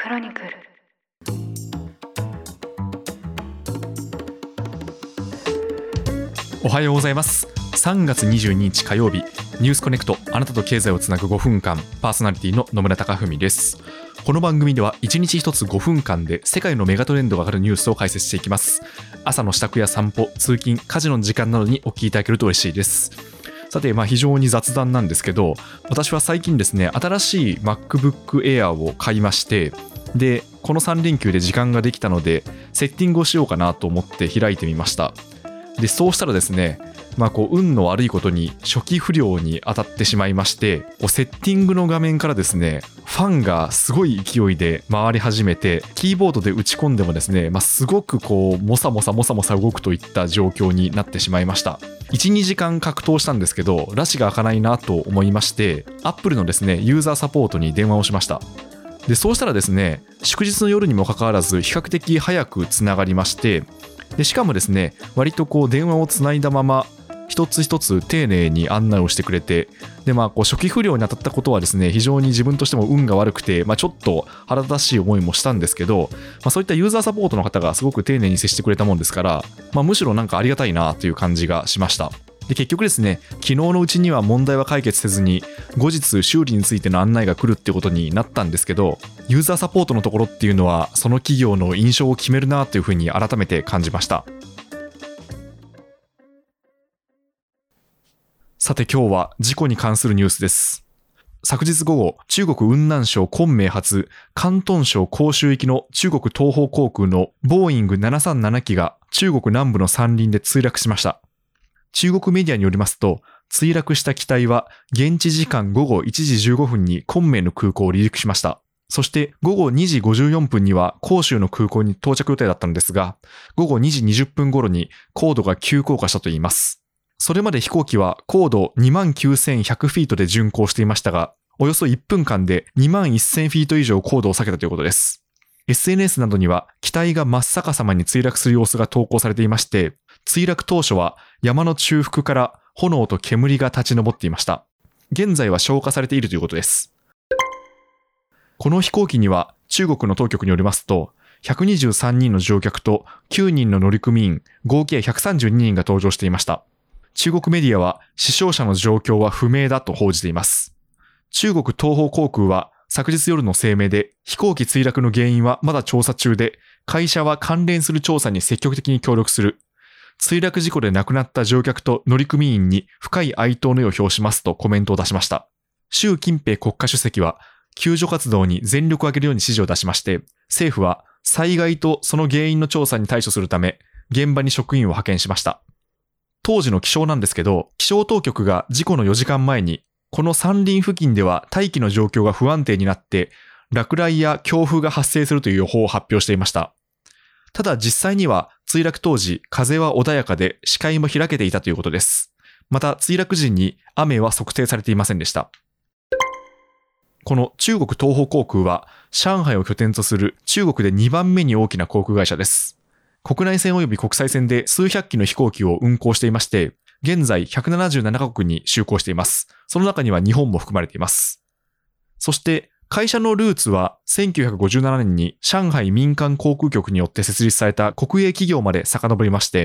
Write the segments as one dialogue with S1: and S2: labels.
S1: クロニクル。
S2: おはようございます。3月22日火曜日、ニュースコネクト、あなたと経済をつなぐ5分間、パーソナリティの野村貴文です。この番組では1日1つ5分間で世界のメガトレンドが上がるニュースを解説していきます。朝の支度や散歩、通勤、家事の時間などにお聞きいただけると嬉しいです。さて、非常に雑談なんですけど、私は最近ですね、新しい MacBook Air を買いまして、でこの3連休で時間ができたのでセッティングをしようかなと思って開いてみました。でそうしたらですね、運の悪いことに初期不良に当たってしまいまして、セッティングの画面からですね、ファンがすごい勢いで回り始めて、キーボードで打ち込んでもですね、すごくモサモサ動くといった状況になってしまいました。1、2時間格闘したんですけど、ラシが開かないなと思いまして、Apple のですね、ユーザーサポートに電話をしました。でそうしたらですね、祝日の夜にもかかわらず比較的早くつながりまして、でしかもですね、割と電話をつないだまま一つ一つ丁寧に案内をしてくれて、で初期不良に当たったことはですね、非常に自分としても運が悪くて、ちょっと腹立たしい思いもしたんですけど、そういったユーザーサポートの方がすごく丁寧に接してくれたもんですから、むしろありがたいなという感じがしました。で結局ですね、昨日のうちには問題は解決せずに、後日修理についての案内が来るってことになったんですけど、ユーザーサポートのところっていうのはその企業の印象を決めるなというふうに改めて感じました。さて今日は事故に関するニュースです。昨日午後、中国雲南省昆明発広東省広州行きの中国東方航空のボーイング737機が中国南部の山林で墜落しました。中国メディアによりますと、墜落した機体は現地時間午後1時15分に昆明の空港を離陸しました。そして午後2時54分には広州の空港に到着予定だったのですが、午後2時20分頃に高度が急降下したといいます。それまで飛行機は高度29100フィートで巡航していましたが、およそ1分間で21000フィート以上高度を下げたということです。SNS などには機体が真っ逆さまに墜落する様子が投稿されていまして、墜落当初は山の中腹から炎と煙が立ち上っていました。現在は消火されているということです。この飛行機には中国の当局によりますと、123人の乗客と9人の乗組員、合計132人が搭乗していました。中国メディアは死傷者の状況は不明だと報じています。中国東方航空は昨日夜の声明で、飛行機墜落の原因はまだ調査中で、会社は関連する調査に積極的に協力する。墜落事故で亡くなった乗客と乗組員に深い哀悼の意を表しますとコメントを出しました。習近平国家主席は救助活動に全力を挙げるように指示を出しまして、政府は災害とその原因の調査に対処するため、現場に職員を派遣しました。当時の気象なんですけど、気象当局が事故の4時間前に、この山林付近では大気の状況が不安定になって、落雷や強風が発生するという予報を発表していました。ただ実際には墜落当時、風は穏やかで視界も開けていたということです。また墜落時に雨は測定されていませんでした。この中国東方航空は上海を拠点とする中国で2番目に大きな航空会社です。国内線及び国際線で数百機の飛行機を運航していまして、現在177カ国に就航しています。その中には日本も含まれています。そして会社のルーツは1957年に上海民間航空局によって設立された国営企業まで遡りまして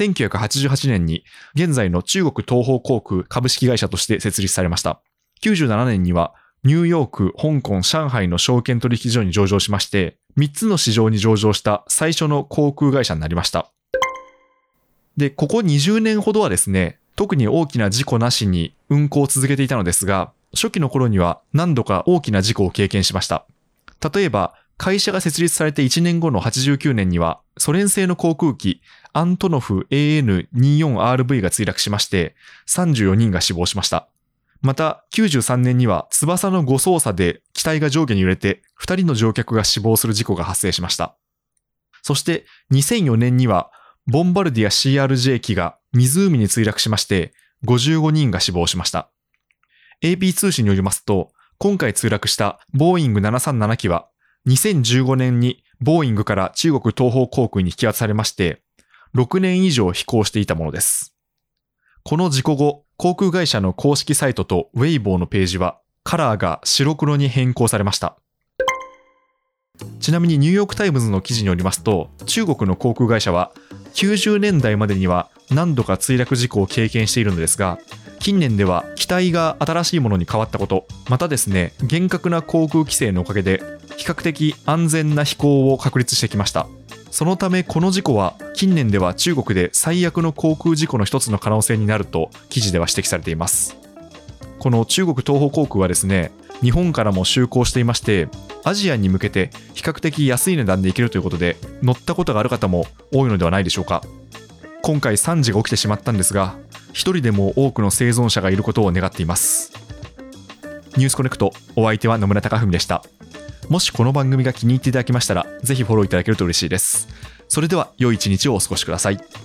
S2: 、1988年に現在の中国東方航空株式会社として設立されました。97年にはニューヨーク、香港、上海の証券取引所に上場しまして、3つの市場に上場した最初の航空会社になりました。で、ここ20年ほどはですね、特に大きな事故なしに運航を続けていたのですが、初期の頃には何度か大きな事故を経験しました。例えば、会社が設立されて1年後の89年には、ソ連製の航空機アントノフ AN24RV が墜落しまして、34人が死亡しました。また、93年には翼の誤操作で機体が上下に揺れて、2人の乗客が死亡する事故が発生しました。そして、2004年には、ボンバルディア CRJ 機が湖に墜落しまして、55人が死亡しました。AP 通信によりますと、今回墜落したボーイング737機は、2015年にボーイングから中国東方航空に引き渡されまして、6年以上飛行していたものです。この事故後、航空会社の公式サイトとウェイボーのページは、カラーが白黒に変更されました。 ちなみにニューヨークタイムズの記事によりますと、中国の航空会社は90年代までには何度か墜落事故を経験しているのですが、近年では機体が新しいものに変わったこと、またですね、厳格な航空規制のおかげで比較的安全な飛行を確立してきました。そのためこの事故は近年では中国で最悪の航空事故の一つの可能性になると記事では指摘されています。この中国東方航空はですね、日本からも就航していまして、アジアに向けて比較的安い値段で行けるということで、乗ったことがある方も多いのではないでしょうか。今回惨事が起きてしまったんですが、一人でも多くの生存者がいることを願っています。ニュースコネクト、お相手は野村貴文でした。もしこの番組が気に入っていただけましたら、ぜひフォローいただけると嬉しいです。それでは良い一日をお過ごしください。